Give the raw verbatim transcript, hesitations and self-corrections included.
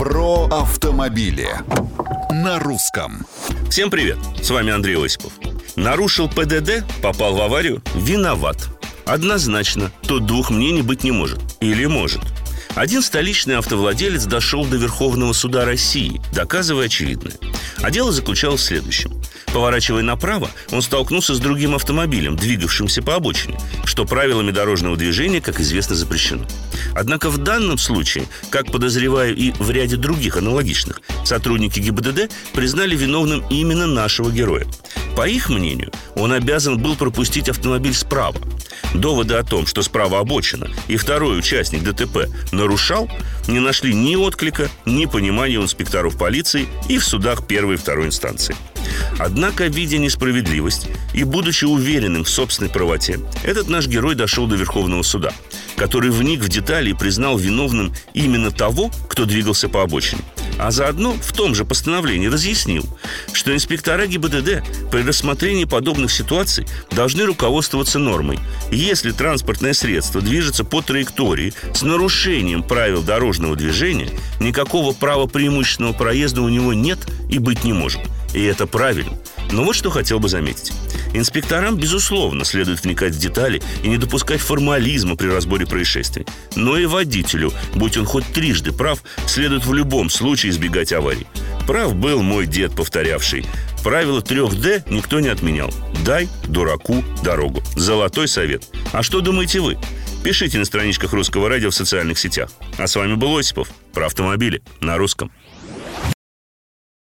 Про автомобили на русском. Всем привет, с вами Андрей Осипов. Нарушил ПДД, попал в аварию, виноват. Однозначно, тут двух мнений быть не может. Или может. Один столичный автовладелец дошел до Верховного суда России, доказывая очевидное. А дело заключалось в следующем. Поворачивая направо, он столкнулся с другим автомобилем, двигавшимся по обочине, что правилами дорожного движения, как известно, запрещено. Однако в данном случае, как подозреваю и в ряде других аналогичных, сотрудники ГИБДД признали виновным именно нашего героя. По их мнению, он обязан был пропустить автомобиль справа. Доводы о том, что справа обочина и второй участник ДТП нарушал, не нашли ни отклика, ни понимания у инспекторов полиции и в судах первой и второй инстанции. Однако, видя несправедливость и будучи уверенным в собственной правоте, этот наш герой дошел до Верховного суда, который вник в детали и признал виновным именно того, кто двигался по обочине. А заодно в том же постановлении разъяснил, что инспектора ГИБДД при рассмотрении подобных ситуаций должны руководствоваться нормой. Если транспортное средство движется по траектории с нарушением правил дорожного движения, никакого права преимущественного проезда у него нет и быть не может. И это правильно. Но вот что хотел бы заметить. Инспекторам, безусловно, следует вникать в детали и не допускать формализма при разборе происшествий. Но и водителю, будь он хоть трижды прав, следует в любом случае избегать аварий. Прав был мой дед, повторявший: правило трех Д никто не отменял. Дай дураку дорогу. Золотой совет. А что думаете вы? Пишите на страничках Русского радио в социальных сетях. А с вами был Осипов. Про автомобили на русском.